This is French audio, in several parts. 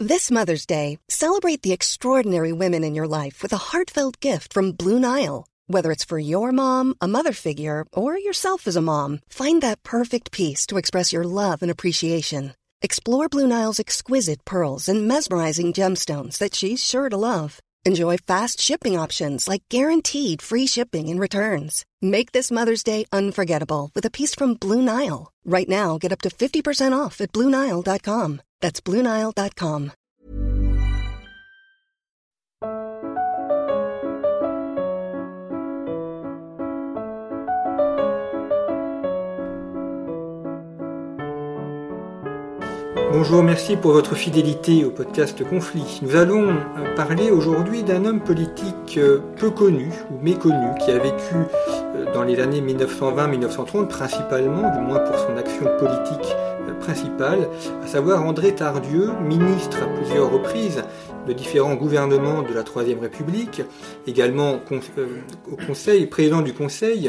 This Mother's Day, celebrate the extraordinary women in your life with a heartfelt gift from Blue Nile. Whether it's for your mom, a mother figure, or yourself as a mom, find that perfect piece to express your love and appreciation. Explore Blue Nile's exquisite pearls and mesmerizing gemstones that she's sure to love. Enjoy fast shipping options like guaranteed free shipping and returns. Make this Mother's Day unforgettable with a piece from Blue Nile. Right now, get up to 50% off at BlueNile.com. That's BlueNile.com. Bonjour, merci pour votre fidélité au podcast Conflit. Nous allons parler aujourd'hui d'un homme politique peu connu ou méconnu qui a vécu dans les années 1920-1930 principalement, du moins pour son action politique principale, à savoir André Tardieu, ministre à plusieurs reprises de différents gouvernements de la Troisième République, également au Conseil, président du Conseil.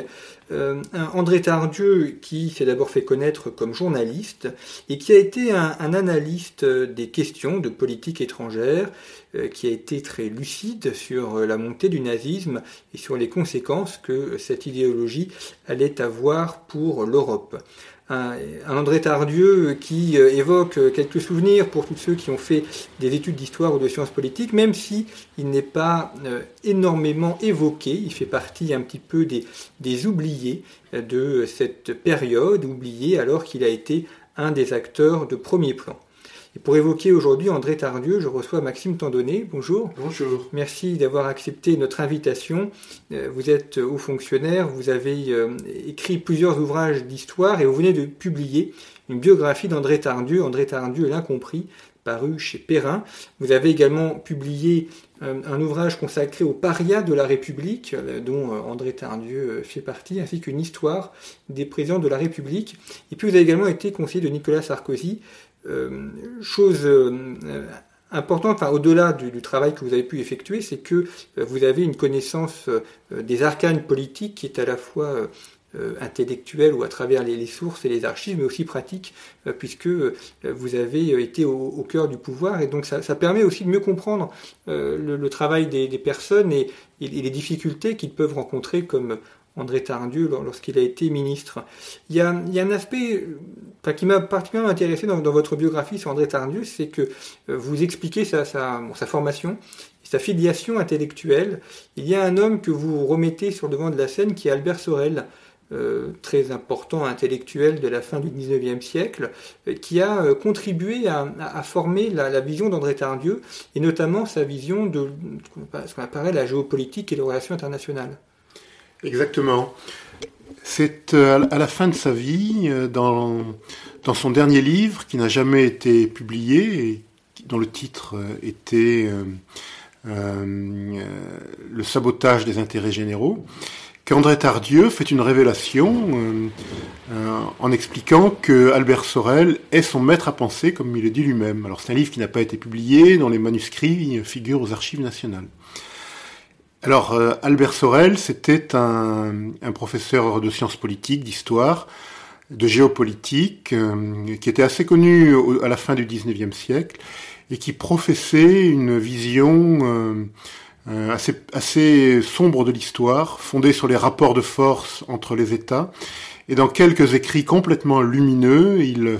André Tardieu qui s'est d'abord fait connaître comme journaliste et qui a été un analyste des questions de politique étrangère, qui a été très lucide sur la montée du nazisme et sur les conséquences que cette idéologie allait avoir pour l'Europe. Un André Tardieu qui évoque quelques souvenirs pour tous ceux qui ont fait des études d'histoire ou de sciences politiques, même si il n'est pas énormément évoqué. Il fait partie un petit peu des oubliés de cette période, oubliés alors qu'il a été un des acteurs de premier plan. Et pour évoquer aujourd'hui André Tardieu, je reçois Maxime Tandonnet. Bonjour. Bonjour. Merci d'avoir accepté notre invitation. Vous êtes haut fonctionnaire, vous avez écrit plusieurs ouvrages d'histoire et vous venez de publier une biographie d'André Tardieu, André Tardieu l'Incompris, paru chez Perrin. Vous avez également publié un ouvrage consacré aux parias de la République, dont André Tardieu fait partie, ainsi qu'une histoire des présidents de la République. Et puis vous avez également été conseiller de Nicolas Sarkozy. Chose importante, au-delà du travail que vous avez pu effectuer, c'est que vous avez une connaissance des arcanes politiques qui est à la fois intellectuelle ou à travers les sources et les archives, mais aussi pratique, puisque vous avez été au cœur du pouvoir, et donc ça permet aussi de mieux comprendre le travail des personnes et les difficultés qu'ils peuvent rencontrer comme André Tardieu lorsqu'il a été ministre. Il y a un aspect qui m'a particulièrement intéressé dans votre biographie sur André Tardieu, c'est que vous expliquez sa formation et sa filiation intellectuelle. Il y a un homme que vous remettez sur le devant de la scène qui est Albert Sorel, très important intellectuel de la fin du XIXe siècle, qui a contribué à former la vision d'André Tardieu, et notamment sa vision de ce qu'on appelle la géopolitique et les relations internationales. Exactement. C'est à la fin de sa vie, dans son dernier livre, qui n'a jamais été publié, et dont le titre était Le sabotage des intérêts généraux, qu'André Tardieu fait une révélation en expliquant que Albert Sorel est son maître à penser, comme il le dit lui-même. Alors c'est un livre qui n'a pas été publié, dont les manuscrits figurent aux archives nationales. Alors, Albert Sorel, c'était un professeur de sciences politiques, d'histoire, de géopolitique, qui était assez connu à la fin du XIXe siècle, et qui professait une vision assez sombre de l'histoire, fondée sur les rapports de force entre les États. Et dans quelques écrits complètement lumineux,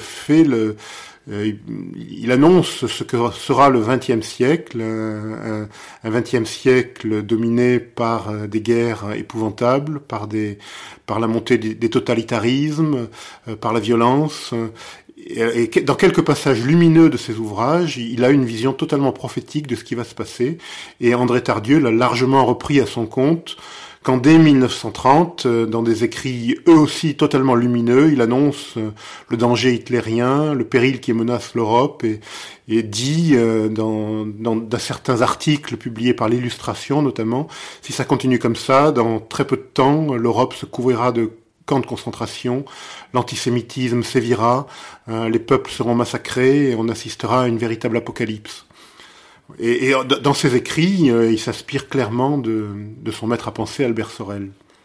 il annonce ce que sera le XXe siècle, un XXe siècle dominé par des guerres épouvantables, par la montée des totalitarismes, par la violence. Et dans quelques passages lumineux de ses ouvrages, il a une vision totalement prophétique de ce qui va se passer. Et André Tardieu l'a largement repris à son compte, quand dès 1930, dans des écrits eux aussi totalement lumineux, il annonce le danger hitlérien, le péril qui menace l'Europe, et dit dans certains articles publiés par l'Illustration notamment, si ça continue comme ça, dans très peu de temps, l'Europe se couvrira de camps de concentration, l'antisémitisme sévira, les peuples seront massacrés et on assistera à une véritable apocalypse. Et dans ses écrits, il s'inspire clairement de son maître à penser, Albert Sorel.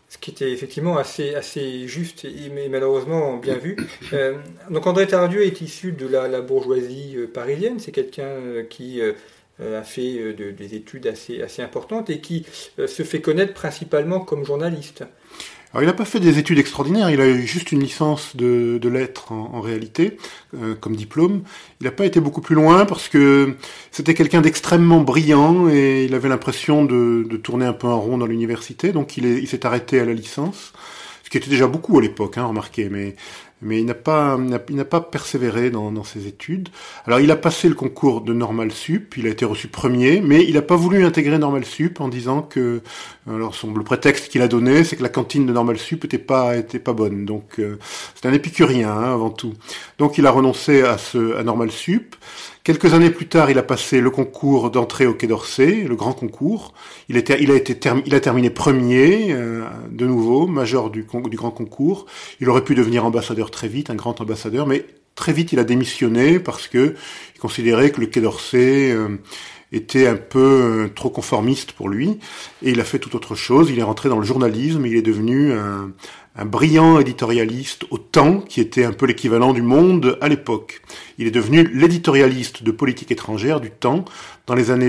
Ce qui était effectivement assez juste mais malheureusement bien vu. Donc André Tardieu est issu de la bourgeoisie parisienne. C'est quelqu'un qui a fait des études assez importantes et qui se fait connaître principalement comme journaliste. Alors, il n'a pas fait des études extraordinaires, il a eu juste une licence de lettres en réalité, comme diplôme. Il n'a pas été beaucoup plus loin parce que c'était quelqu'un d'extrêmement brillant et il avait l'impression de tourner un peu en rond dans l'université, donc il s'est arrêté à la licence, ce qui était déjà beaucoup à l'époque, remarquez, mais il n'a pas persévéré dans ses études. Alors il a passé le concours de Normal Sup, il a été reçu premier, mais il n'a pas voulu intégrer Normal Sup en disant que, le prétexte qu'il a donné, c'est que la cantine de Normal Sup était pas bonne. Donc c'est un épicurien avant tout. Donc il a renoncé à Normal Sup. Quelques années plus tard, il a passé le concours d'entrée au Quai d'Orsay, le grand concours. Il a terminé premier, de nouveau, major du grand concours. Il aurait pu devenir ambassadeur très vite, un grand ambassadeur, mais très vite il a démissionné parce que il considérait que le Quai d'Orsay était un peu trop conformiste pour lui, et il a fait tout autre chose. Il est rentré dans le journalisme, il est devenu un brillant éditorialiste au Temps, qui était un peu l'équivalent du Monde à l'époque. Il est devenu l'éditorialiste de politique étrangère du Temps dans les années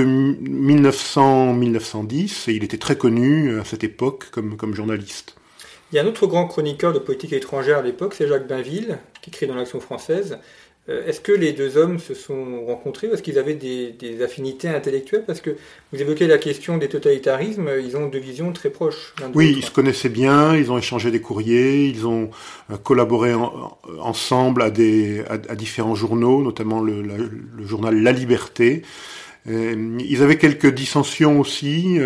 1900-1910, et il était très connu à cette époque comme journaliste. Il y a un autre grand chroniqueur de politique étrangère à l'époque, c'est Jacques Bainville, qui écrit dans l'Action française. Est-ce que les deux hommes se sont rencontrés ou est-ce qu'ils avaient des affinités intellectuelles? Parce que vous évoquez la question des totalitarismes, ils ont deux visions très proches l'un de l'autre. Oui, ils se connaissaient bien, ils ont échangé des courriers, ils ont collaboré ensemble à différents journaux, notamment le journal La Liberté. Ils avaient quelques dissensions aussi,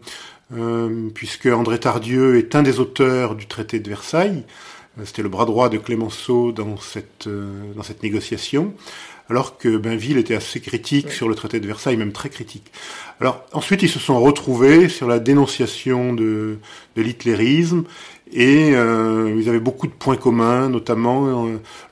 puisque André Tardieu est un des auteurs du traité de Versailles. C'était le bras droit de Clémenceau dans cette négociation, alors que Bainville était assez critique sur le traité de Versailles, même très critique. Alors ensuite, ils se sont retrouvés sur la dénonciation de l'hitlérisme, et ils avaient beaucoup de points communs, notamment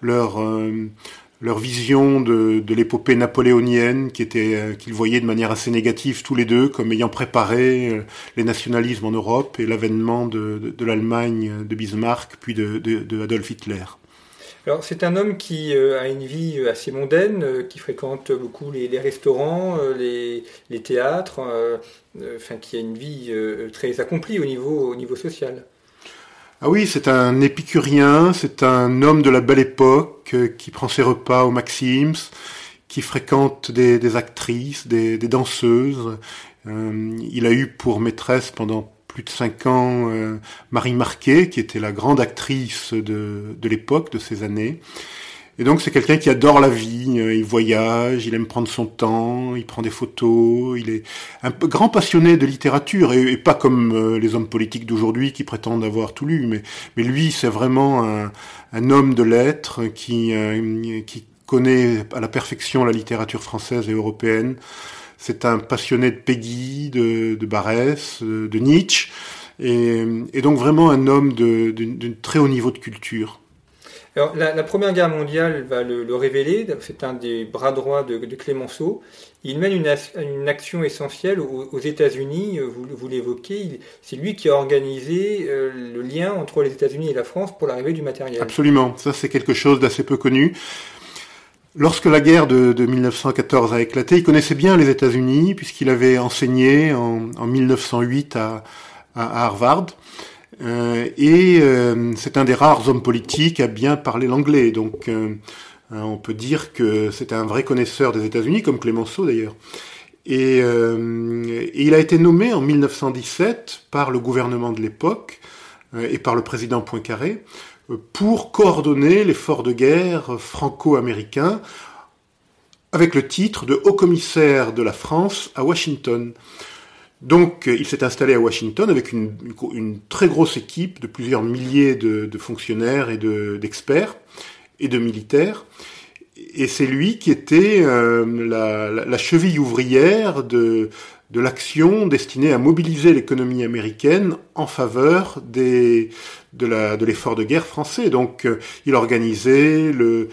leur vision de l'épopée napoléonienne qu'ils voyaient de manière assez négative tous les deux comme ayant préparé les nationalismes en Europe et l'avènement de l'Allemagne de Bismarck puis de Adolf Hitler. Alors c'est un homme qui a une vie assez mondaine, qui fréquente beaucoup les restaurants, les théâtres, qui a une vie très accomplie au niveau social. Ah oui, c'est un épicurien, c'est un homme de la belle époque qui prend ses repas au Maxims, qui fréquente des actrices, des danseuses. Il a eu pour maîtresse pendant plus de 5 ans Marie Marquet, qui était la grande actrice de l'époque, de ces années. Et donc c'est quelqu'un qui adore la vie, il voyage, il aime prendre son temps, il prend des photos, il est un peu grand passionné de littérature, et pas comme les hommes politiques d'aujourd'hui qui prétendent avoir tout lu, mais lui c'est vraiment un homme de lettres qui connaît à la perfection la littérature française et européenne. C'est un passionné de Peggy, de Barès, de Nietzsche, et donc vraiment un homme d'un très haut niveau de culture. Alors, la Première Guerre mondiale va le révéler, c'est un des bras droits de Clémenceau. Il mène une action essentielle aux États-Unis, vous l'évoquez, c'est lui qui a organisé le lien entre les États-Unis et la France pour l'arrivée du matériel. Absolument, ça c'est quelque chose d'assez peu connu. Lorsque la guerre de 1914 a éclaté, il connaissait bien les États-Unis puisqu'il avait enseigné en 1908 à Harvard. C'est un des rares hommes politiques à bien parler l'anglais, donc on peut dire que c'est un vrai connaisseur des États-Unis, comme Clémenceau d'ailleurs. Et il a été nommé en 1917 par le gouvernement de l'époque et par le président Poincaré pour coordonner l'effort de guerre franco-américain avec le titre de haut-commissaire de la France à Washington. Donc, il s'est installé à Washington avec une très grosse équipe de plusieurs milliers de fonctionnaires et d'experts et de militaires. Et c'est lui qui était la cheville ouvrière de l'action destinée à mobiliser l'économie américaine en faveur de l'effort de guerre français. Donc, il organisait le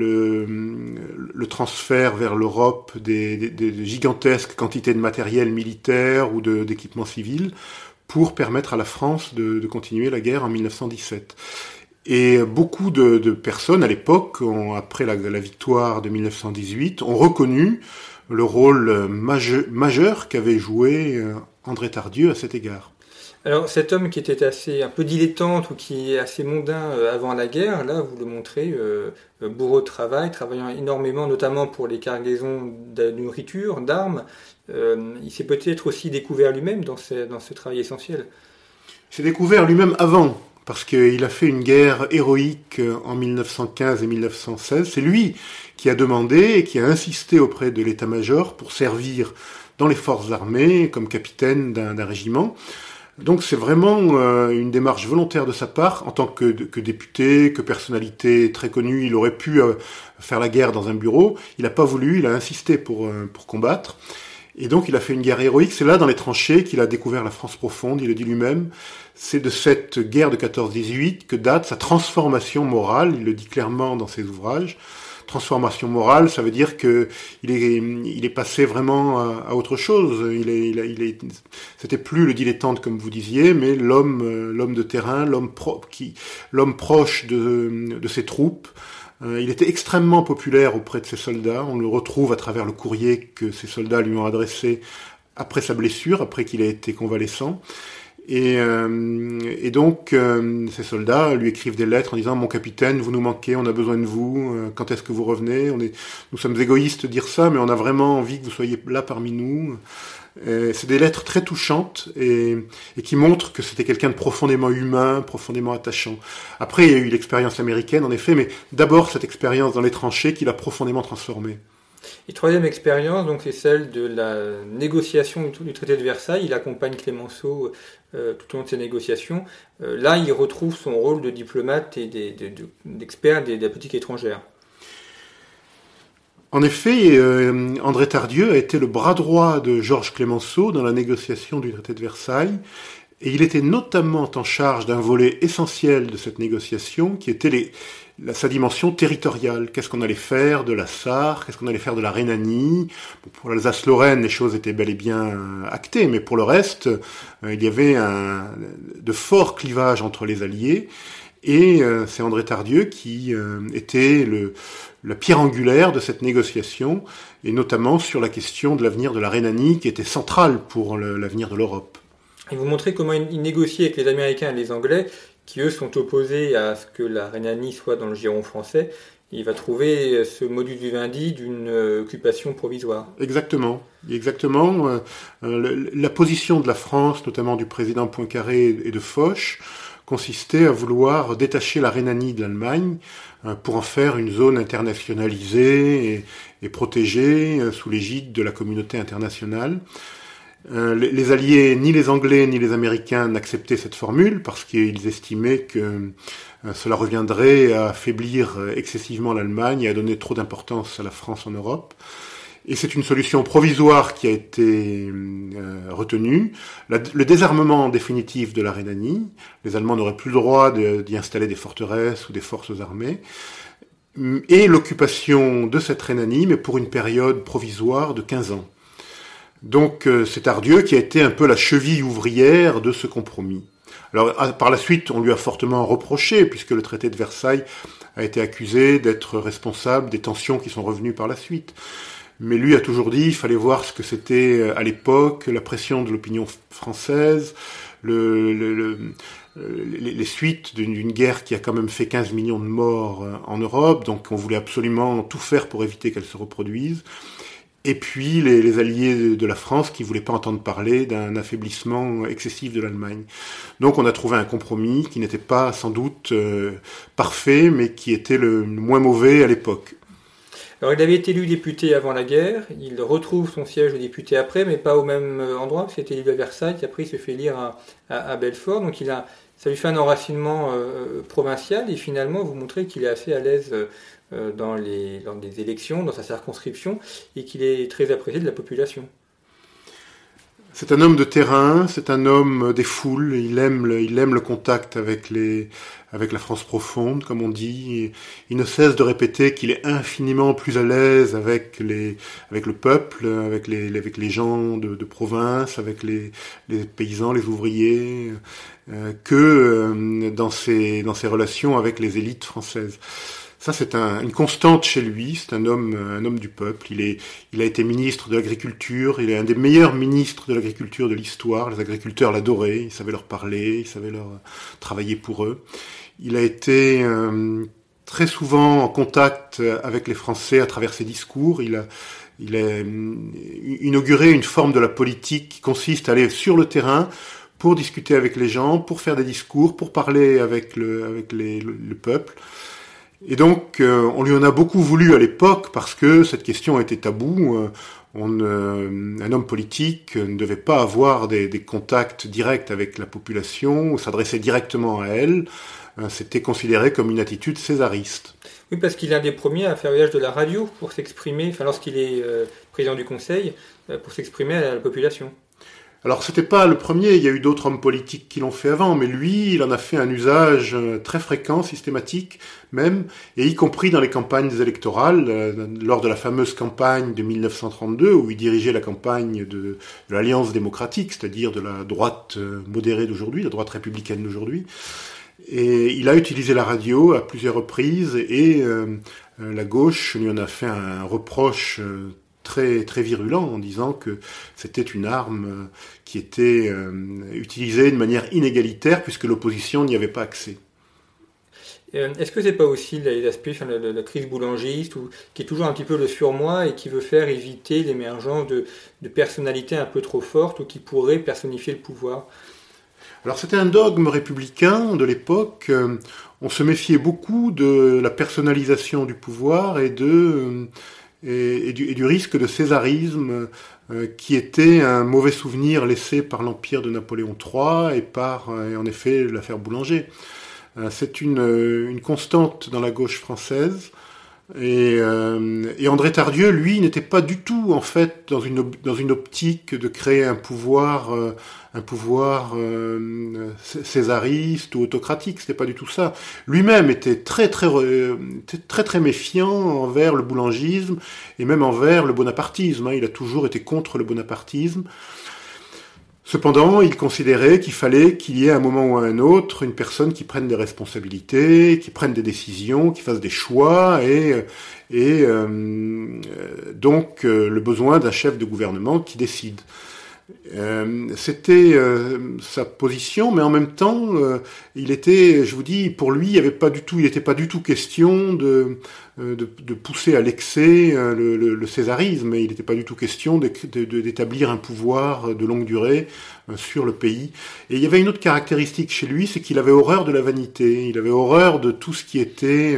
transfert vers l'Europe des gigantesques quantités de matériel militaire ou d'équipements civils pour permettre à la France de continuer la guerre en 1917. Et beaucoup de personnes à l'époque, après la victoire de 1918, ont reconnu le rôle majeur qu'avait joué André Tardieu à cet égard. Alors cet homme qui était un peu dilettante ou qui est assez mondain avant la guerre, là vous le montrez, bourreau de travail, travaillant énormément notamment pour les cargaisons de nourriture, d'armes. Il s'est peut-être aussi découvert lui-même dans ce travail essentiel. Il s'est découvert lui-même avant, parce qu'il a fait une guerre héroïque en 1915 et 1916. C'est lui qui a demandé et qui a insisté auprès de l'état-major pour servir dans les forces armées comme capitaine d'un régiment. Donc c'est vraiment une démarche volontaire de sa part. En tant que député, que personnalité très connue, il aurait pu faire la guerre dans un bureau. Il n'a pas voulu, il a insisté pour combattre. Et donc il a fait une guerre héroïque. C'est là, dans les tranchées, qu'il a découvert la France profonde, il le dit lui-même. C'est de cette guerre de 14-18 que date sa transformation morale, il le dit clairement dans ses ouvrages. Transformation morale, ça veut dire que il est passé vraiment à autre chose. C'était plus le dilettante comme vous disiez, mais l'homme de terrain, l'homme proche de ses troupes. Il était extrêmement populaire auprès de ses soldats. On le retrouve à travers le courrier que ses soldats lui ont adressé après sa blessure, après qu'il ait été convalescent. Et donc, ces soldats lui écrivent des lettres en disant « Mon capitaine, vous nous manquez, on a besoin de vous, quand est-ce que vous revenez ?» Nous sommes égoïstes de dire ça, mais on a vraiment envie que vous soyez là parmi nous. C'est des lettres très touchantes et qui montrent que c'était quelqu'un de profondément humain, profondément attachant. Après, il y a eu l'expérience américaine, en effet, mais d'abord cette expérience dans les tranchées qui l'a profondément transformé. Et troisième expérience, donc, c'est celle de la négociation du traité de Versailles. Il accompagne Clémenceau tout au long de ces négociations. Là, il retrouve son rôle de diplomate et d'expert de la politique étrangère. En effet, André Tardieu a été le bras droit de Georges Clémenceau dans la négociation du traité de Versailles. Et il était notamment en charge d'un volet essentiel de cette négociation qui était sa dimension territoriale. Qu'est-ce qu'on allait faire de la Sarre? Qu'est-ce qu'on allait faire de la Rhénanie? Pour l'Alsace-Lorraine, les choses étaient bel et bien actées, mais pour le reste, il y avait de forts clivages entre les alliés. Et c'est André Tardieu qui était la pierre angulaire de cette négociation, et notamment sur la question de l'avenir de la Rhénanie, qui était centrale pour l'avenir de l'Europe. Et vous montrez comment il négocie avec les Américains et les Anglais, qui eux sont opposés à ce que la Rhénanie soit dans le giron français. Il va trouver ce modus vivendi d'une occupation provisoire. Exactement. La position de la France, notamment du président Poincaré et de Foch, consistait à vouloir détacher la Rhénanie de l'Allemagne pour en faire une zone internationalisée et protégée sous l'égide de la communauté internationale. Les Alliés, ni les Anglais ni les Américains n'acceptaient cette formule parce qu'ils estimaient que cela reviendrait à affaiblir excessivement l'Allemagne et à donner trop d'importance à la France en Europe. Et c'est une solution provisoire qui a été retenue. Le désarmement définitif de la Rhénanie. Les Allemands n'auraient plus le droit d'y installer des forteresses ou des forces armées. Et l'occupation de cette Rhénanie, mais pour une période provisoire de 15 ans. Donc c'est Tardieu qui a été un peu la cheville ouvrière de ce compromis. Alors par la suite, on lui a fortement reproché, puisque le traité de Versailles a été accusé d'être responsable des tensions qui sont revenues par la suite. Mais lui a toujours dit qu'il fallait voir ce que c'était à l'époque, la pression de l'opinion française, les suites d'une guerre qui a quand même fait 15 millions de morts en Europe, donc on voulait absolument tout faire pour éviter qu'elle se reproduise. Et puis les alliés de la France qui voulaient pas entendre parler d'un affaiblissement excessif de l'Allemagne. Donc on a trouvé un compromis qui n'était pas sans doute parfait, mais qui était le moins mauvais à l'époque. Alors il avait été élu député avant la guerre, il retrouve son siège de député après, mais pas au même endroit, parce qu'il était élu à Versailles, puis après il se fait élire à Belfort, donc ça lui fait un enracinement provincial, et finalement vous montrez qu'il est assez à l'aise dans les élections, dans sa circonscription, et qu'il est très apprécié de la population. C'est un homme de terrain, c'est un homme des foules, il aime le contact avec la France profonde, comme on dit. Il ne cesse de répéter qu'il est infiniment plus à l'aise avec le peuple, avec les gens de province, avec les paysans, les ouvriers, que dans ses relations avec les élites françaises. Ça, c'est une constante chez lui. C'est un homme du peuple. Il a été ministre de l'Agriculture. Il est un des meilleurs ministres de l'Agriculture de l'histoire. Les agriculteurs l'adoraient. Il savait leur parler. Il savait leur travailler pour eux. Il a été très souvent en contact avec les Français à travers ses discours. Il a inauguré une forme de la politique qui consiste à aller sur le terrain pour discuter avec les gens, pour faire des discours, pour parler avec le peuple. Et donc, on lui en a beaucoup voulu à l'époque parce que cette question était taboue. Un homme politique ne devait pas avoir des contacts directs avec la population ou s'adresser directement à elle. C'était considéré comme une attitude césariste. Oui, parce qu'il est un des premiers à faire usage de la radio pour s'exprimer, lorsqu'il est président du Conseil, pour s'exprimer à la population. Alors, c'était pas le premier, il y a eu d'autres hommes politiques qui l'ont fait avant, mais lui, il en a fait un usage très fréquent, systématique même, et y compris dans les campagnes électorales, lors de la fameuse campagne de 1932, où il dirigeait la campagne de l'Alliance démocratique, c'est-à-dire de la droite modérée d'aujourd'hui, la droite républicaine d'aujourd'hui. Et il a utilisé la radio à plusieurs reprises, et la gauche lui en a fait un reproche très, très virulent en disant que c'était une arme qui était utilisée de manière inégalitaire puisque l'opposition n'y avait pas accès. Est-ce que c'est pas aussi les aspects, la crise boulangiste, qui est toujours un petit peu le surmoi et qui veut faire éviter l'émergence de personnalités un peu trop fortes ou qui pourraient personnifier le pouvoir? Alors c'était un dogme républicain de l'époque. On se méfiait beaucoup de la personnalisation du pouvoir et du risque de césarisme qui était un mauvais souvenir laissé par l'empire de Napoléon III et en effet l'affaire Boulanger. C'est une constante dans la gauche française. Et André Tardieu, lui, n'était pas du tout, en fait, dans une optique de créer un pouvoir césariste ou autocratique. C'était pas du tout ça. Lui-même était très méfiant envers le boulangisme et même envers le bonapartisme. Il a toujours été contre le bonapartisme. Cependant, il considérait qu'il fallait qu'il y ait à un moment ou à un autre une personne qui prenne des responsabilités, qui prenne des décisions, qui fasse des choix et donc le besoin d'un chef de gouvernement qui décide. C'était sa position, mais en même temps, il était, je vous dis, pour lui, il n'était pas du tout question de pousser à l'excès le césarisme, et il n'était pas du tout question d'établir un pouvoir de longue durée sur le pays. Et il y avait une autre caractéristique chez lui, c'est qu'il avait horreur de la vanité, il avait horreur de tout ce qui était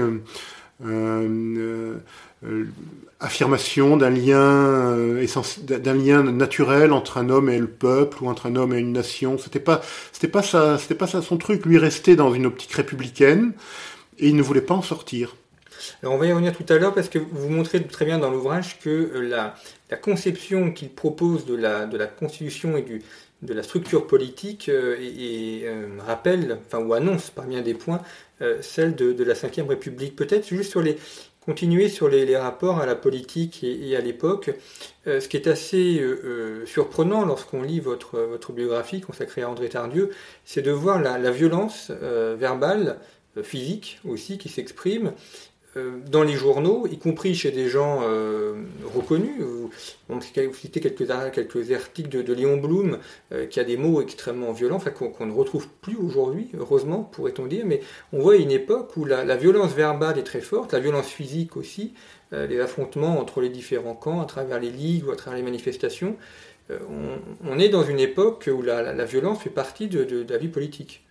affirmation d'un lien naturel entre un homme et le peuple ou entre un homme et une nation. C'était pas ça son truc. Lui restait dans une optique républicaine et il ne voulait pas en sortir. Alors on va y revenir tout à l'heure parce que vous montrez très bien dans l'ouvrage que la conception qu'il propose de la Constitution et de la structure politique rappelle, ou annonce par bien des points, celle de la Ve République. Peut-être juste continuer sur les rapports à la politique et à l'époque. Ce qui est assez surprenant lorsqu'on lit votre biographie consacrée à André Tardieu, c'est de voir la violence verbale, physique aussi, qui s'exprime dans les journaux, y compris chez des gens reconnus. Vous citez quelques articles de Léon Blum qui a des mots extrêmement violents, qu'on ne retrouve plus aujourd'hui, heureusement, pourrait-on dire, mais on voit une époque où la violence verbale est très forte, la violence physique aussi, les affrontements entre les différents camps, à travers les ligues ou à travers les manifestations. On est dans une époque où la violence fait partie de la vie politique.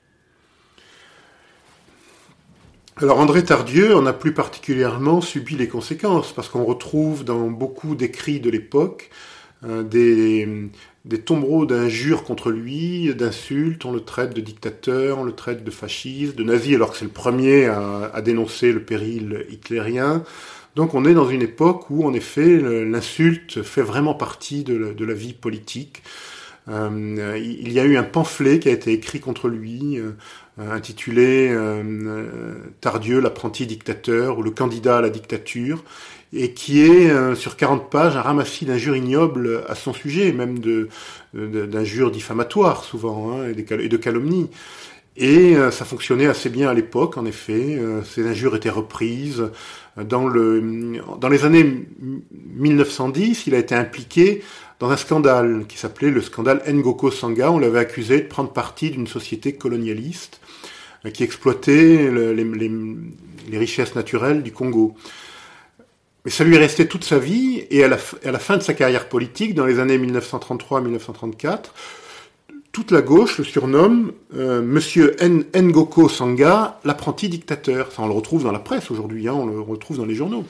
Alors André Tardieu en a plus particulièrement subi les conséquences, parce qu'on retrouve dans beaucoup d'écrits de l'époque des tombereaux d'injures contre lui, d'insultes. On le traite de dictateur, on le traite de fasciste, de nazi, alors que c'est le premier à dénoncer le péril hitlérien. Donc on est dans une époque où, en effet, l'insulte fait vraiment partie de la vie politique. Il y a eu un pamphlet qui a été écrit contre lui, intitulé Tardieu, l'apprenti dictateur ou le candidat à la dictature, et qui est sur 40 pages un ramassis d'injures ignobles à son sujet, même d'injures diffamatoires souvent, hein, et de calomnies. Et ça fonctionnait assez bien à l'époque, en effet. Ces injures étaient reprises. Dans les années 1910, il a été impliqué dans un scandale qui s'appelait le scandale Ngoko Sanga. On l'avait accusé de prendre parti d'une société colonialiste qui exploitait les richesses naturelles du Congo. Mais ça lui est resté toute sa vie, et à la fin de sa carrière politique, dans les années 1933-1934, toute la gauche le surnomme Monsieur Ngoko Sanga, l'apprenti dictateur. Ça, on le retrouve dans la presse aujourd'hui, hein, on le retrouve dans les journaux.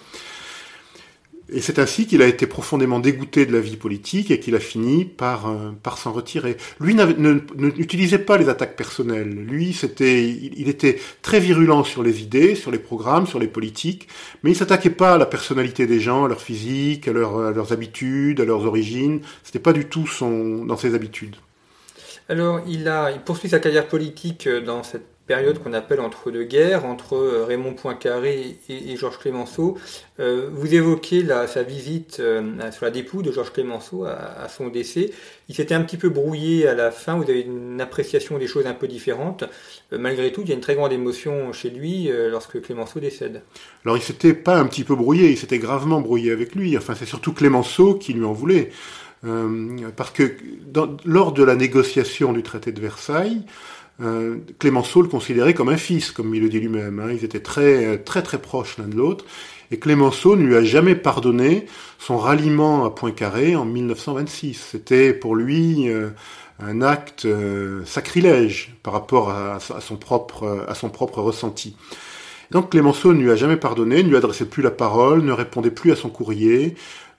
Et c'est ainsi qu'il a été profondément dégoûté de la vie politique et qu'il a fini par s'en retirer. Lui n'utilisait pas les attaques personnelles. Lui, il était très virulent sur les idées, sur les programmes, sur les politiques, mais il s'attaquait pas à la personnalité des gens, à leur physique, à leurs habitudes, à leurs origines. C'était pas du tout dans ses habitudes. Alors, il poursuit sa carrière politique dans cette période qu'on appelle entre-deux-guerres, entre Raymond Poincaré et Georges Clemenceau. Vous évoquez sa visite sur la dépouille de Georges Clemenceau à son décès. Il s'était un petit peu brouillé à la fin, vous avez une appréciation des choses un peu différente. Malgré tout, il y a une très grande émotion chez lui lorsque Clemenceau décède. Alors, il s'était pas un petit peu brouillé, il s'était gravement brouillé avec lui. Enfin, c'est surtout Clemenceau qui lui en voulait. Parce que lors de la négociation du traité de Versailles, Clemenceau le considérait comme un fils, comme il le dit lui-même. Hein. Ils étaient très très très proches l'un de l'autre. Et Clemenceau ne lui a jamais pardonné son ralliement à Poincaré en 1926. C'était pour lui un acte sacrilège par rapport à son propre ressenti. Donc Clemenceau ne lui a jamais pardonné, ne lui adressait plus la parole, ne répondait plus à son courrier.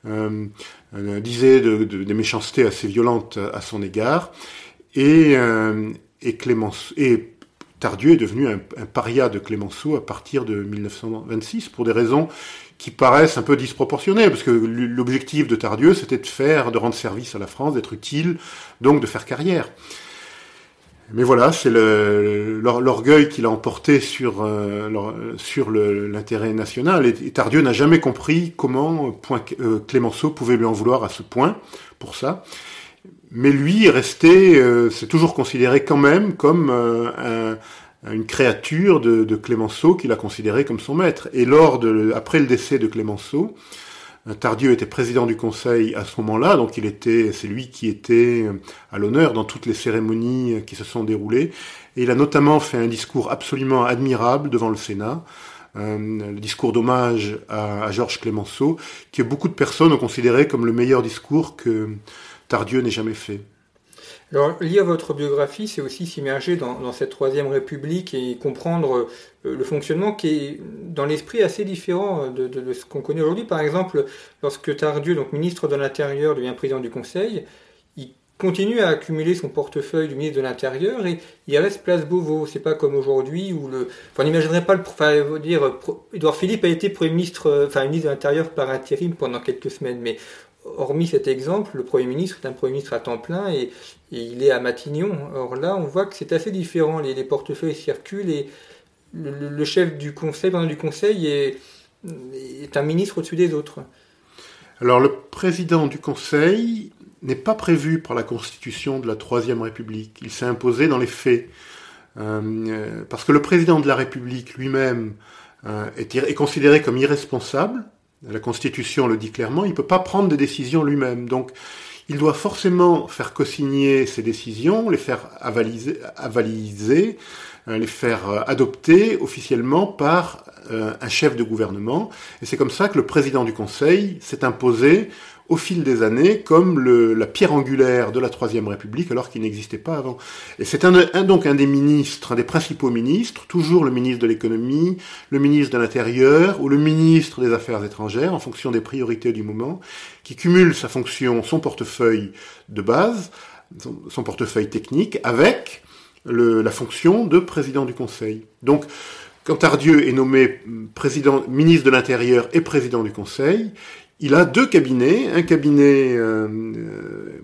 Disait des méchancetés assez violentes à son égard, et Tardieu est devenu un paria de Clemenceau à partir de 1926 pour des raisons qui paraissent un peu disproportionnées, parce que l'objectif de Tardieu c'était de rendre service à la France, d'être utile, donc de faire carrière. Mais voilà, c'est l'orgueil qu'il a emporté sur l'intérêt national. Et Tardieu n'a jamais compris comment Clemenceau pouvait lui en vouloir à ce point pour ça. Mais lui est resté, c'est toujours considéré quand même comme une créature de Clemenceau qu'il a considéré comme son maître. Et après le décès de Clemenceau, Tardieu était président du Conseil à ce moment-là, donc c'est lui qui était à l'honneur dans toutes les cérémonies qui se sont déroulées. Et il a notamment fait un discours absolument admirable devant le Sénat, le discours d'hommage à Georges Clemenceau, que beaucoup de personnes ont considéré comme le meilleur discours que Tardieu n'ait jamais fait. Alors, lire votre biographie, c'est aussi s'immerger dans cette Troisième République et comprendre le fonctionnement qui est, dans l'esprit, assez différent de ce qu'on connaît aujourd'hui. Par exemple, lorsque Tardieu, donc ministre de l'Intérieur, devient président du Conseil, il continue à accumuler son portefeuille du ministre de l'Intérieur et il reste place Beauvau. C'est pas comme aujourd'hui où on n'imaginerait pas Édouard Philippe a été ministre de l'Intérieur par intérim pendant quelques semaines, mais hormis cet exemple, le Premier ministre est un Premier ministre à temps plein et il est à Matignon. Or là, on voit que c'est assez différent. Les portefeuilles circulent et le chef du Conseil, pendant du Conseil, est un ministre au-dessus des autres. Alors, le président du Conseil n'est pas prévu par la Constitution de la Troisième République. Il s'est imposé dans les faits. Parce que le président de la République lui-même est considéré comme irresponsable. La Constitution le dit clairement, il ne peut pas prendre des décisions lui-même. Donc, il doit forcément faire co-signer ces décisions, les faire avaliser, les faire adopter officiellement par un chef de gouvernement. Et c'est comme ça que le président du Conseil s'est imposé au fil des années comme la pierre angulaire de la Troisième République, alors qu'il n'existait pas avant. Et c'est donc un des ministres, un des principaux ministres, toujours le ministre de l'économie, le ministre de l'Intérieur ou le ministre des Affaires étrangères, en fonction des priorités du moment, qui cumule sa fonction, son portefeuille de base, son portefeuille technique, avec la fonction de président du Conseil. Donc, quand Tardieu est nommé ministre de l'Intérieur et président du Conseil, il a deux cabinets, un cabinet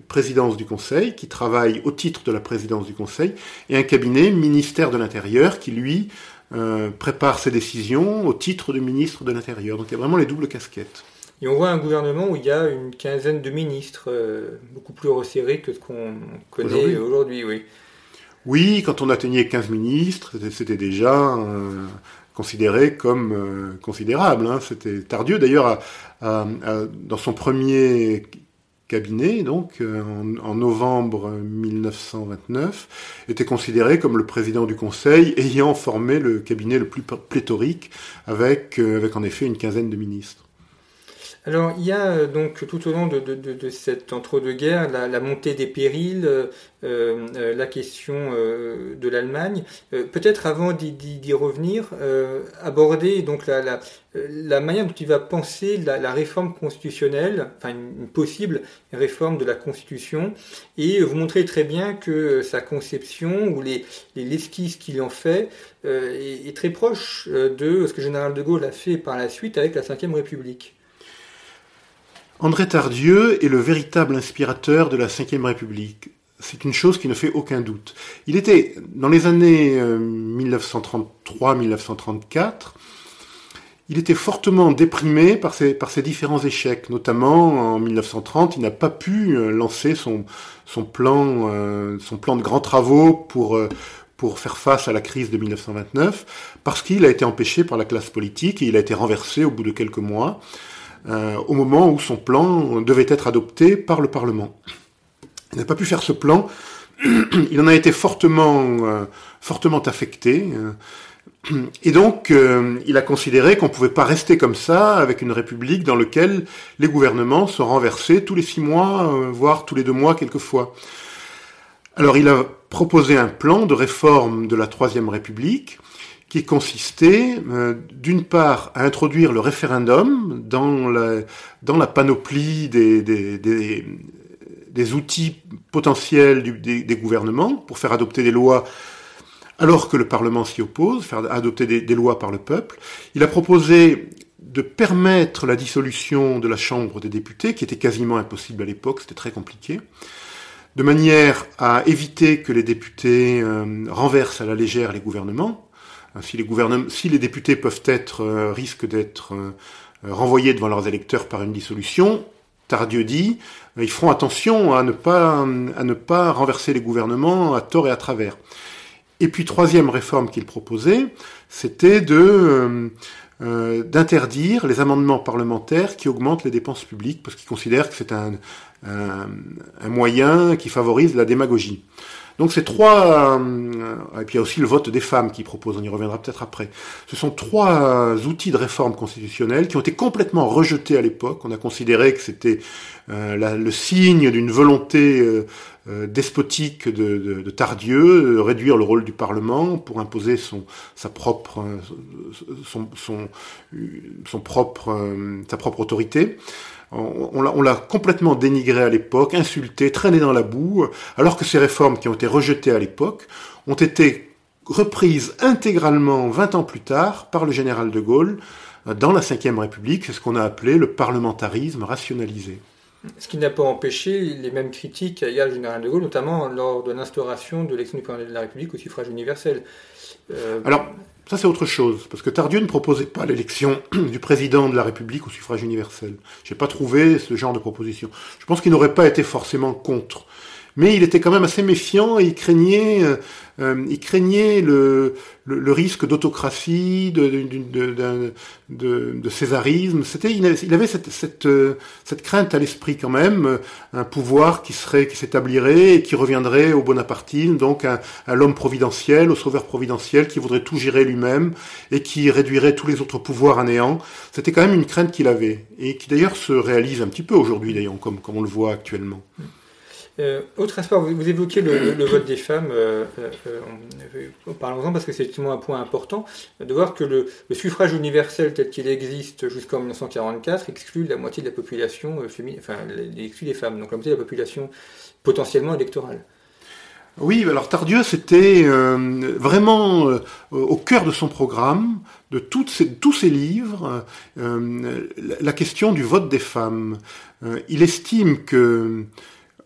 présidence du Conseil, qui travaille au titre de la présidence du Conseil, et un cabinet, ministère de l'Intérieur, qui lui prépare ses décisions au titre de ministre de l'Intérieur. Donc il y a vraiment les doubles casquettes. Et on voit un gouvernement où il y a une quinzaine de ministres, beaucoup plus resserré que ce qu'on connaît aujourd'hui, oui. Oui, quand on atteignait 15 ministres, c'était déjà considéré comme considérable. Hein. C'était Tardieu, d'ailleurs, dans son premier cabinet, donc en novembre 1929, était considéré comme le président du Conseil ayant formé le cabinet le plus pléthorique, avec en effet une quinzaine de ministres. Alors, il y a donc tout au long de cet entre-deux-guerres la montée des périls, la question de l'Allemagne. Peut-être avant d'y revenir, aborder donc la manière dont il va penser la réforme constitutionnelle, enfin une possible réforme de la Constitution, et vous montrez très bien que sa conception ou l'esquisse qu'il en fait est très proche de ce que le général de Gaulle a fait par la suite avec la Ve République. André Tardieu est le véritable inspirateur de la Ve République. C'est une chose qui ne fait aucun doute. Il était, dans les années 1933-1934, il était fortement déprimé par ses différents échecs. Notamment, en 1930, il n'a pas pu lancer son plan de grands travaux pour faire face à la crise de 1929, parce qu'il a été empêché par la classe politique et il a été renversé au bout de quelques mois. Au moment où son plan devait être adopté par le Parlement. Il n'a pas pu faire ce plan, il en a été fortement affecté, et donc il a considéré qu'on ne pouvait pas rester comme ça avec une république dans laquelle les gouvernements sont renversés tous les 6 mois, voire tous les 2 mois quelquefois. Alors il a proposé un plan de réforme de la Troisième République, qui consistait, d'une part, à introduire le référendum dans la panoplie des outils potentiels des gouvernements pour faire adopter des lois alors que le Parlement s'y oppose, faire adopter des lois par le peuple. Il a proposé de permettre la dissolution de la Chambre des députés, qui était quasiment impossible à l'époque, c'était très compliqué, de manière à éviter que les députés renversent à la légère les gouvernements. Si les députés risquent d'être renvoyés devant leurs électeurs par une dissolution, Tardieu dit, ils feront attention à ne pas renverser les gouvernements à tort et à travers. Et puis, troisième réforme qu'il proposait, c'était d'interdire les amendements parlementaires qui augmentent les dépenses publiques, parce qu'il considère que c'est un moyen qui favorise la démagogie. Donc ces trois, et puis il y a aussi le vote des femmes qui propose, on y reviendra peut-être après. Ce sont 3 outils de réforme constitutionnelle qui ont été complètement rejetés à l'époque. On a considéré que c'était le signe d'une volonté despotique de Tardieu, de réduire le rôle du Parlement pour imposer sa propre autorité. On l'a complètement dénigré à l'époque, insulté, traîné dans la boue, alors que ces réformes qui ont été rejetées à l'époque ont été reprises intégralement 20 ans plus tard par le général de Gaulle dans la Ve République. C'est ce qu'on a appelé le parlementarisme rationalisé. Ce qui n'a pas empêché les mêmes critiques à l'égard du général de Gaulle, notamment lors de l'instauration de l'élection du président de la République au suffrage universel. Alors, ça c'est autre chose, parce que Tardieu ne proposait pas l'élection du président de la République au suffrage universel. J'ai pas trouvé ce genre de proposition. Je pense qu'il n'aurait pas été forcément contre. Mais il était quand même assez méfiant et il craignait le risque d'autocratie, de césarisme. Il avait cette crainte à l'esprit quand même, un pouvoir qui s'établirait et qui reviendrait au bonapartisme, donc à l'homme providentiel, au sauveur providentiel qui voudrait tout gérer lui-même et qui réduirait tous les autres pouvoirs à néant. C'était quand même une crainte qu'il avait et qui d'ailleurs se réalise un petit peu aujourd'hui d'ailleurs, comme on le voit actuellement. Autre aspect, vous évoquez le vote des femmes, parlons-en parce que c'est justement un point important, de voir que le suffrage universel tel qu'il existe jusqu'en 1944 exclut la moitié de la population féminine, enfin, il exclut les femmes, donc la moitié de la population potentiellement électorale. Oui, alors Tardieu, c'était vraiment au cœur de son programme, de tous ses livres, la question du vote des femmes. Il estime que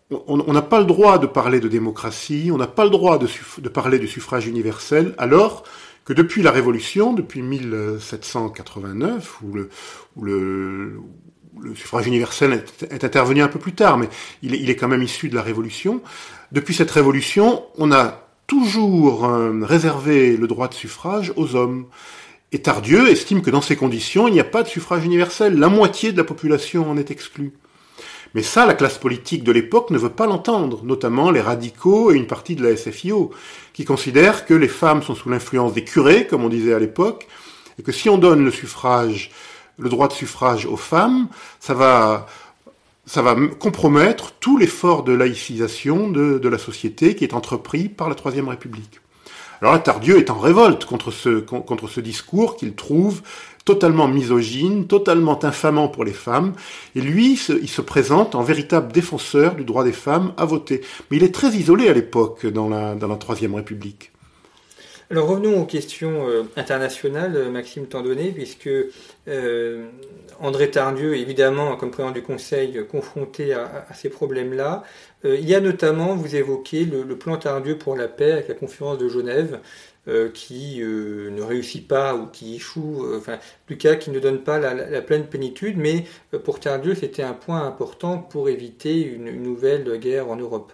on n'a pas le droit de parler de démocratie, on n'a pas le droit de parler du suffrage universel, alors que depuis la Révolution, depuis 1789, où le suffrage universel est intervenu un peu plus tard, mais il est quand même issu de la Révolution. Depuis cette Révolution, on a toujours réservé le droit de suffrage aux hommes. Et Tardieu estime que dans ces conditions, il n'y a pas de suffrage universel. La moitié de la population en est exclue. Mais ça, la classe politique de l'époque ne veut pas l'entendre, notamment les radicaux et une partie de la SFIO, qui considèrent que les femmes sont sous l'influence des curés, comme on disait à l'époque, et que si on donne le droit de suffrage aux femmes, ça va compromettre tout l'effort de laïcisation de la société qui est entrepris par la Troisième République. Alors là, Tardieu est en révolte contre ce discours qu'il trouve totalement misogyne, totalement infamant pour les femmes, et lui, il se présente en véritable défenseur du droit des femmes à voter. Mais il est très isolé à l'époque dans la Troisième République. Alors revenons aux questions internationales, Maxime Tandonnet, puisque André Tardieu, évidemment, comme président du Conseil, confronté à ces problèmes-là. Il y a notamment, vous évoquez, le plan Tardieu pour la paix avec la conférence de Genève, qui ne réussit pas ou qui échoue, en tout cas qui ne donne pas la pleine plénitude, mais pour Tardieu, c'était un point important pour éviter une nouvelle guerre en Europe.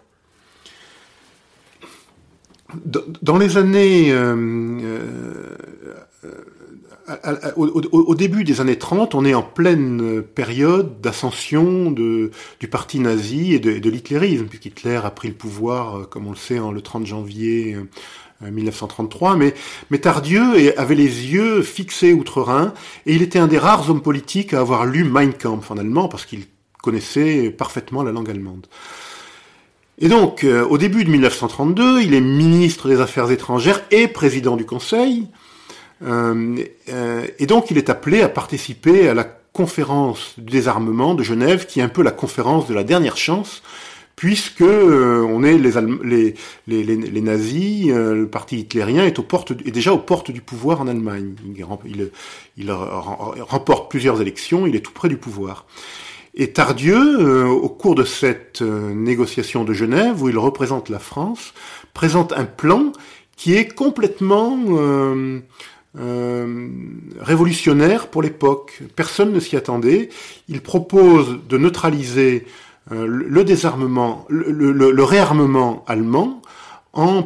Dans les années, au début des années 30, on est en pleine période d'ascension du parti nazi et de l'hitlérisme, puisqu'Hitler a pris le pouvoir, comme on le sait, le 30 janvier 1933, mais Tardieu avait les yeux fixés outre-Rhin, et il était un des rares hommes politiques à avoir lu Mein Kampf en allemand, parce qu'il connaissait parfaitement la langue allemande. Et donc, au début de 1932, il est ministre des Affaires étrangères et président du Conseil, et donc il est appelé à participer à la conférence du désarmement de Genève, qui est un peu la conférence de la dernière chance, puisque on est les nazis, le parti hitlérien est déjà aux portes du pouvoir en Allemagne. Il remporte plusieurs élections, il est tout près du pouvoir. Et Tardieu, au cours de cette négociation de Genève, où il représente la France, présente un plan qui est complètement révolutionnaire pour l'époque. Personne ne s'y attendait. Il propose de neutraliser le désarmement, le réarmement allemand, en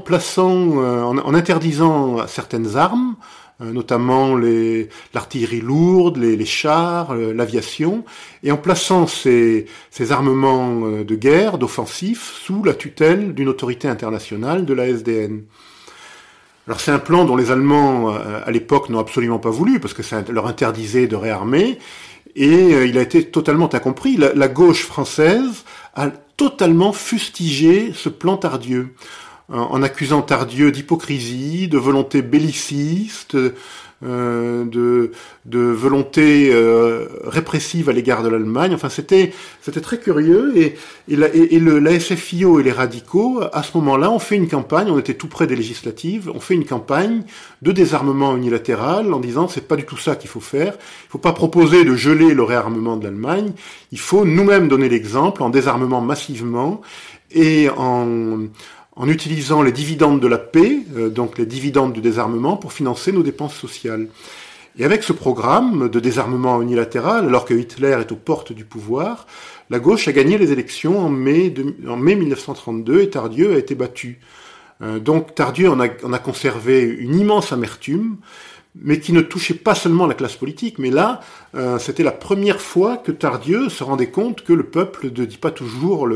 interdisant certaines armes, notamment l'artillerie lourde, les chars, l'aviation, et en plaçant ces armements de guerre, d'offensif, sous la tutelle d'une autorité internationale, de la SDN. Alors c'est un plan dont les Allemands, à l'époque, n'ont absolument pas voulu, parce que ça leur interdisait de réarmer, et il a été totalement incompris. La gauche française a totalement fustigé ce plan Tardieu, en accusant Tardieu d'hypocrisie, de volonté belliciste, de volonté répressive à l'égard de l'Allemagne. Enfin, c'était très curieux. Et la SFIO et les radicaux, à ce moment-là, ont fait une campagne. On était tout près des législatives. On fait une campagne de désarmement unilatéral en disant c'est pas du tout ça qu'il faut faire. Il faut pas proposer de geler le réarmement de l'Allemagne. Il faut nous-mêmes donner l'exemple en désarmement massivement et en utilisant les dividendes de la paix, donc les dividendes du désarmement, pour financer nos dépenses sociales. Et avec ce programme de désarmement unilatéral, alors que Hitler est aux portes du pouvoir, la gauche a gagné les élections en mai 1932 et Tardieu a été battu. Donc Tardieu en a conservé une immense amertume, mais qui ne touchait pas seulement la classe politique, mais là, c'était la première fois que Tardieu se rendait compte que le peuple ne va pas toujours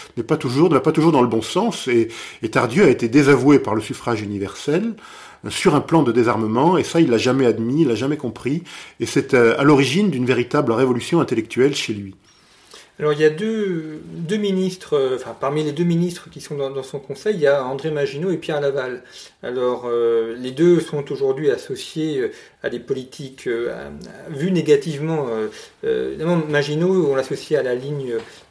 dans le bon sens, et Tardieu a été désavoué par le suffrage universel sur un plan de désarmement, et ça, il l'a jamais admis, il l'a jamais compris, et c'est à l'origine d'une véritable révolution intellectuelle chez lui. Alors il y a deux ministres, parmi les deux ministres qui sont dans son conseil, il y a André Maginot et Pierre Laval. Alors les deux sont aujourd'hui associés à des politiques vues négativement. Évidemment, Maginot, on l'associe à la ligne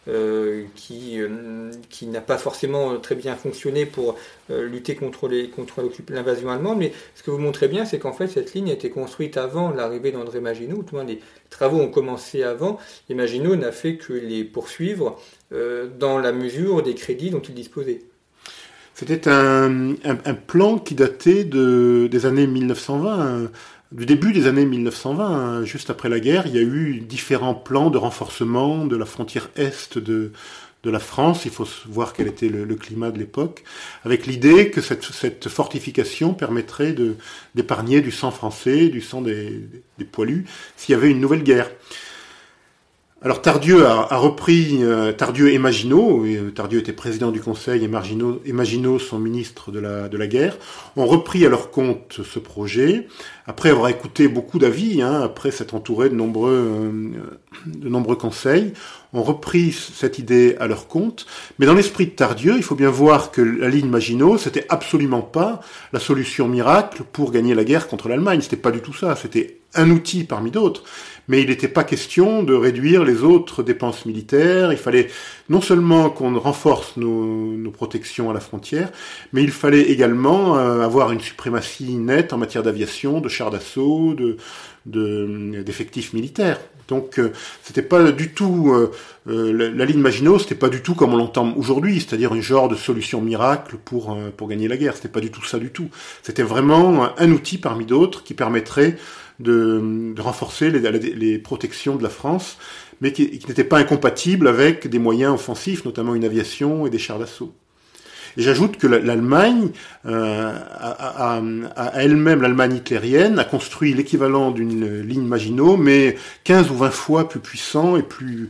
qui n'a pas forcément très bien fonctionné pour lutter contre l'invasion allemande, mais ce que vous montrez bien, c'est qu'en fait cette ligne a été construite avant l'arrivée d'André Maginot, tout le monde les travaux ont commencé avant, et Maginot n'a fait que les poursuivre dans la mesure des crédits dont il disposait. C'était un plan qui datait des années 1920, du début des années 1920. Juste après la guerre, il y a eu différents plans de renforcement de la frontière est de la France. Il faut voir quel était le climat de l'époque, avec l'idée que cette fortification permettrait d'épargner du sang français, du sang des poilus, s'il y avait une nouvelle guerre. Alors Tardieu a repris, Tardieu et Maginot, Tardieu était président du Conseil et Maginot son ministre de la guerre, ont repris à leur compte ce projet, après avoir écouté beaucoup d'avis, après s'être entouré de nombreux conseils, ont repris cette idée à leur compte, mais dans l'esprit de Tardieu, il faut bien voir que la ligne Maginot, c'était absolument pas la solution miracle pour gagner la guerre contre l'Allemagne, c'était pas du tout ça, c'était un outil parmi d'autres. Mais il n'était pas question de réduire les autres dépenses militaires. Il fallait non seulement qu'on renforce nos protections à la frontière, mais il fallait également avoir une suprématie nette en matière d'aviation, de chars d'assaut, d'effectifs militaires. Donc c'était pas du tout la ligne Maginot, c'était pas du tout comme on l'entend aujourd'hui, c'est-à-dire un genre de solution miracle pour gagner la guerre. C'était pas du tout ça du tout. C'était vraiment un outil parmi d'autres qui permettrait de renforcer les protections de la France, mais qui n'étaient pas incompatibles avec des moyens offensifs, notamment une aviation et des chars d'assaut. Et j'ajoute que l'Allemagne, a elle-même, l'Allemagne hitlérienne, a construit l'équivalent d'une ligne Maginot, mais 15 ou 20 fois plus puissant et plus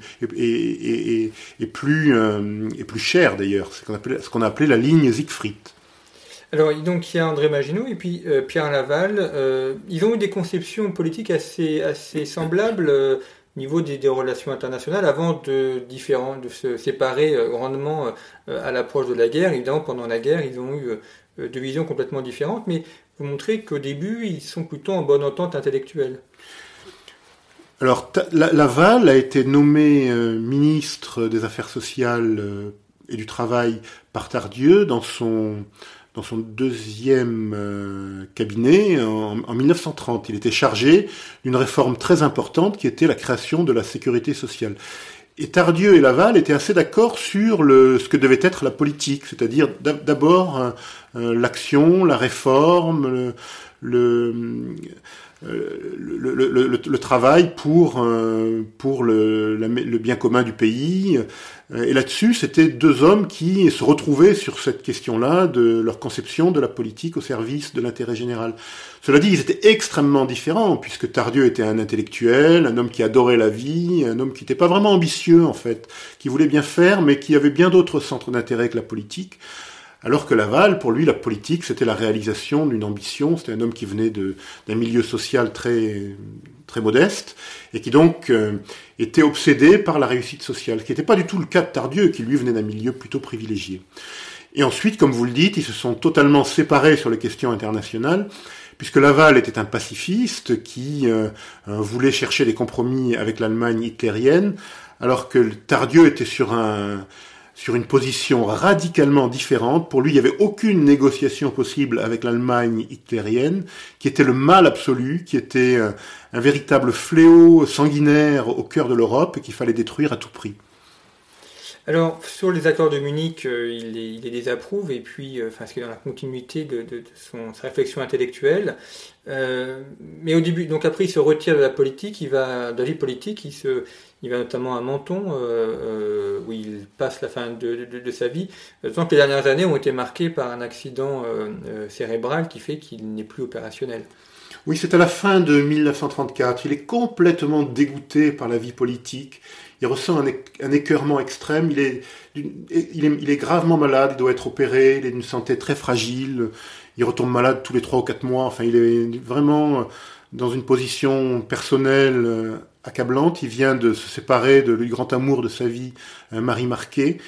cher d'ailleurs, ce qu'on a appelé la ligne Siegfried. Alors, donc, il y a André Maginot et puis Pierre Laval. Ils ont eu des conceptions politiques assez semblables au niveau des relations internationales avant de se séparer grandement à l'approche de la guerre. Évidemment, pendant la guerre, ils ont eu deux visions complètement différentes, mais vous montrez qu'au début, ils sont plutôt en bonne entente intellectuelle. Alors, Laval a été nommé ministre des Affaires sociales et du Travail par Tardieu dans son deuxième cabinet en 1930. Il était chargé d'une réforme très importante qui était la création de la sécurité sociale. Et Tardieu et Laval étaient assez d'accord sur ce que devait être la politique, c'est-à-dire d'abord l'action, la réforme, le travail pour le bien commun du pays. Et là-dessus, c'était deux hommes qui se retrouvaient sur cette question-là de leur conception de la politique au service de l'intérêt général. Cela dit, ils étaient extrêmement différents, puisque Tardieu était un intellectuel, un homme qui adorait la vie, un homme qui n'était pas vraiment ambitieux, en fait, qui voulait bien faire, mais qui avait bien d'autres centres d'intérêt que la politique. Alors que Laval, pour lui, la politique, c'était la réalisation d'une ambition. C'était un homme qui venait d'un milieu social très, très modeste et qui donc était obsédé par la réussite sociale, ce qui n'était pas du tout le cas de Tardieu, qui lui venait d'un milieu plutôt privilégié. Et ensuite, comme vous le dites, ils se sont totalement séparés sur les questions internationales, puisque Laval était un pacifiste qui voulait chercher des compromis avec l'Allemagne hitlérienne, alors que Tardieu était sur une position radicalement différente. Pour lui, il n'y avait aucune négociation possible avec l'Allemagne hitlérienne, qui était le mal absolu, qui était un véritable fléau sanguinaire au cœur de l'Europe et qu'il fallait détruire à tout prix. Alors, sur les accords de Munich, il les désapprouve, et puis, c'est dans la continuité de sa réflexion intellectuelle. Mais au début, donc après, il se retire de la politique, de la vie politique, il va notamment à Menton, où il passe la fin de sa vie. Tant que les dernières années ont été marquées par un accident cérébral qui fait qu'il n'est plus opérationnel. Oui, c'est à la fin de 1934. Il est complètement dégoûté par la vie politique. Il ressent un écœurement extrême. Il est gravement malade. Il doit être opéré. Il est d'une santé très fragile. Il retombe malade tous les 3 ou 4 mois. Enfin, il est vraiment dans une position personnelle accablante. Il vient de se séparer du grand amour de sa vie, Marie Marquet.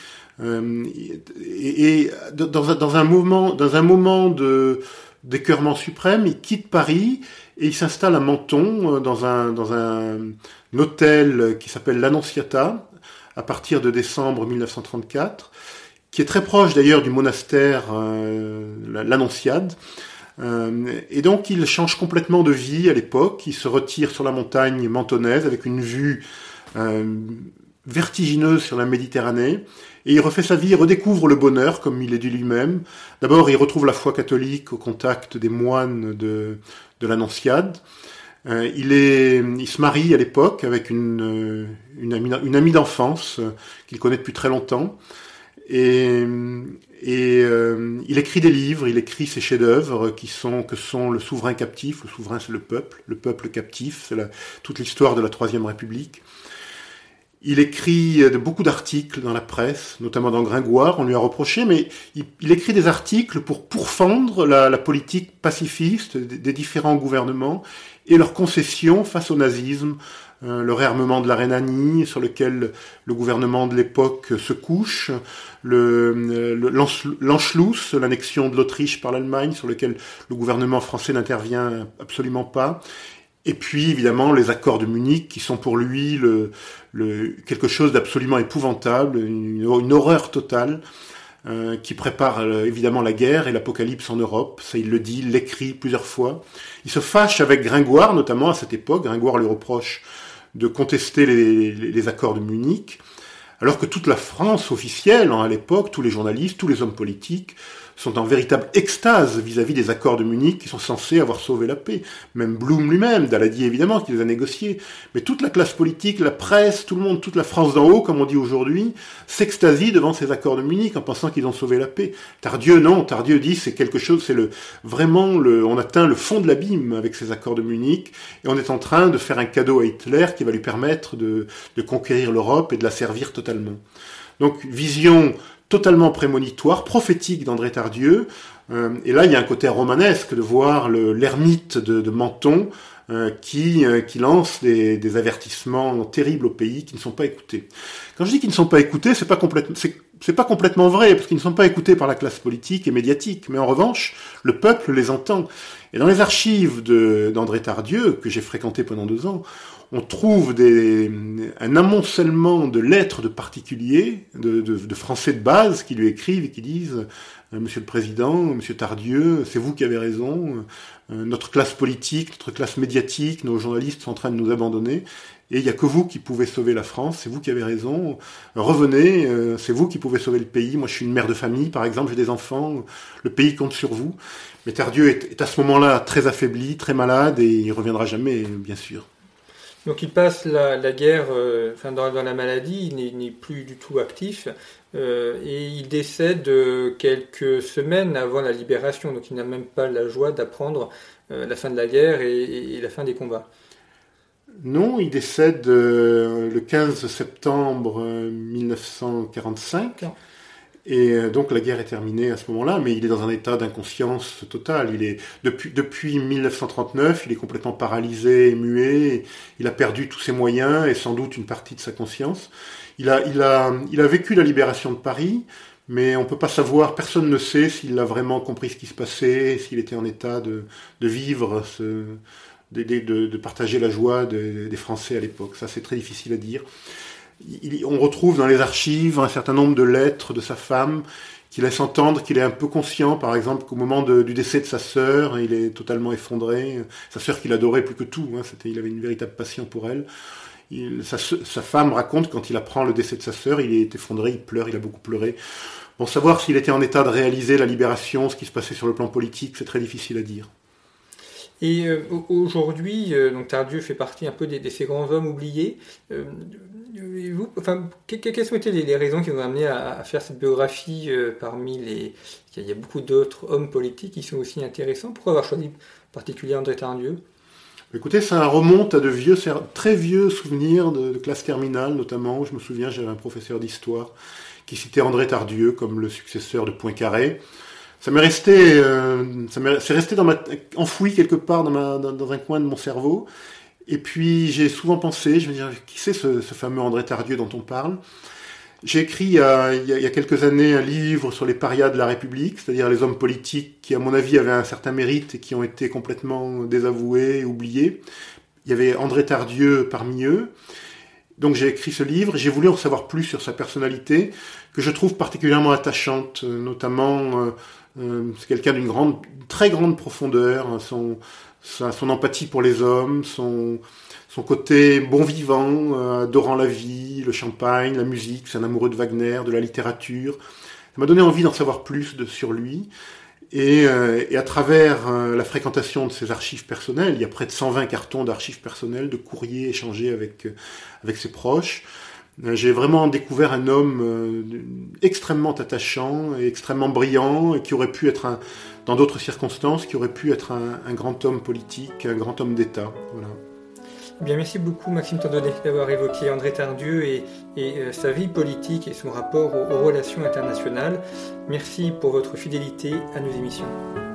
Et dans un moment d'écœurement suprême, il quitte Paris et il s'installe à Menton dans un hôtel qui s'appelle l'Annonciata à partir de décembre 1934, qui est très proche d'ailleurs du monastère l'Annonciade. Et donc il change complètement de vie à l'époque. Il se retire sur la montagne mentonnaise avec une vue vertigineuse sur la Méditerranée, et il refait sa vie, il redécouvre le bonheur, comme il est dit lui-même. D'abord, il retrouve la foi catholique au contact des moines de l'Annonciade. Il se marie à l'époque avec une amie d'enfance qu'il connaît depuis très longtemps. Et il écrit des livres, il écrit ses chefs-d'œuvre que sont Le Souverain captif. Le souverain, c'est le peuple captif, c'est toute l'histoire de la Troisième République. Il écrit beaucoup d'articles dans la presse, notamment dans Gringoire, on lui a reproché, mais il écrit des articles pour pourfendre la politique pacifiste des différents gouvernements et leurs concessions face au nazisme, le réarmement de la Rhénanie, sur lequel le gouvernement de l'époque se couche, l'Anschluss, l'annexion de l'Autriche par l'Allemagne, sur lequel le gouvernement français n'intervient absolument pas. Et puis, évidemment, les accords de Munich, qui sont pour lui quelque chose d'absolument épouvantable, une horreur totale, qui prépare évidemment la guerre et l'apocalypse en Europe. Ça, il le dit, il l'écrit plusieurs fois. Il se fâche avec Gringoire, notamment à cette époque. Gringoire lui reproche de contester les accords de Munich, alors que toute la France officielle, à l'époque, tous les journalistes, tous les hommes politiques, sont en véritable extase vis-à-vis des accords de Munich qui sont censés avoir sauvé la paix. Même Blum lui-même, Daladier évidemment, qui les a négociés. Mais toute la classe politique, la presse, tout le monde, toute la France d'en haut, comme on dit aujourd'hui, s'extasie devant ces accords de Munich en pensant qu'ils ont sauvé la paix. Tardieu, non. Tardieu dit c'est quelque chose, on atteint le fond de l'abîme avec ces accords de Munich et on est en train de faire un cadeau à Hitler qui va lui permettre de conquérir l'Europe et de la servir totalement. Donc, vision totalement prémonitoire, prophétique d'André Tardieu. Et là, il y a un côté romanesque de voir l'ermite de Menton qui lance des avertissements terribles au pays qui ne sont pas écoutés. Quand je dis qu'ils ne sont pas écoutés, c'est pas complètement vrai, parce qu'ils ne sont pas écoutés par la classe politique et médiatique. Mais en revanche, le peuple les entend. Et dans les archives d'André Tardieu, que j'ai fréquenté pendant 2 ans, on trouve un amoncellement de lettres de particuliers, de Français de base qui lui écrivent et qui disent « Monsieur le Président, Monsieur Tardieu, c'est vous qui avez raison, notre classe politique, notre classe médiatique, nos journalistes sont en train de nous abandonner, et il n'y a que vous qui pouvez sauver la France, c'est vous qui avez raison, revenez, c'est vous qui pouvez sauver le pays, moi je suis une mère de famille par exemple, j'ai des enfants, le pays compte sur vous ». Mais Tardieu est à ce moment-là très affaibli, très malade, et il ne reviendra jamais, bien sûr. Donc il passe la guerre dans la maladie, il n'est plus du tout actif et il décède quelques semaines avant la libération, donc il n'a même pas la joie d'apprendre la fin de la guerre et la fin des combats. Non, il décède le 15 septembre 1945. Non. Et donc la guerre est terminée à ce moment-là, mais il est dans un état d'inconscience totale. Depuis 1939, il est complètement paralysé et muet. Il a perdu tous ses moyens et sans doute une partie de sa conscience. Il a vécu la libération de Paris, mais on peut pas savoir, personne ne sait s'il a vraiment compris ce qui se passait, s'il était en état de vivre, de partager la joie des Français à l'époque. Ça, c'est très difficile à dire. On retrouve dans les archives un certain nombre de lettres de sa femme qui laissent entendre qu'il est un peu conscient, par exemple, qu'au moment du décès de sa sœur, il est totalement effondré. Sa sœur qu'il adorait plus que tout, il avait une véritable passion pour elle. Sa femme raconte quand il apprend le décès de sa sœur, il est effondré, il pleure, il a beaucoup pleuré. Bon, savoir s'il était en état de réaliser la libération, ce qui se passait sur le plan politique, c'est très difficile à dire. Et aujourd'hui, donc Tardieu fait partie un peu de ces grands hommes oubliés. Quelles ont été les raisons qui vous ont amené à faire cette biographie parmi il y a beaucoup d'autres hommes politiques qui sont aussi intéressants. Pourquoi avoir choisi en particulier André Tardieu ? Écoutez, ça remonte à très vieux souvenirs de classe terminale, notamment. Je me souviens, j'avais un professeur d'histoire qui citait André Tardieu comme le successeur de Poincaré. Ça m'est resté, c'est resté enfoui quelque part dans un coin de mon cerveau. Et puis j'ai souvent pensé, je me disais, qui c'est ce fameux André Tardieu dont on parle ? J'ai écrit il y a quelques années un livre sur les parias de la République, c'est-à-dire les hommes politiques qui, à mon avis, avaient un certain mérite et qui ont été complètement désavoués, oubliés. Il y avait André Tardieu parmi eux. Donc j'ai écrit ce livre, j'ai voulu en savoir plus sur sa personnalité, que je trouve particulièrement attachante, notamment c'est quelqu'un d'une très grande profondeur. son empathie pour les hommes, son côté bon vivant, adorant la vie, le champagne, la musique. C'est un amoureux de Wagner, de la littérature. Ça m'a donné envie d'en savoir plus sur lui. Et à travers la fréquentation de ses archives personnelles, il y a près de 120 cartons d'archives personnelles, de courriers échangés avec ses proches. J'ai vraiment découvert un homme extrêmement attachant et extrêmement brillant, et qui aurait pu être, dans d'autres circonstances, qui aurait pu être un grand homme politique, un grand homme d'État. Voilà. Bien, merci beaucoup Maxime Tandonnet d'avoir évoqué André Tardieu et sa vie politique et son rapport aux relations internationales. Merci pour votre fidélité à nos émissions.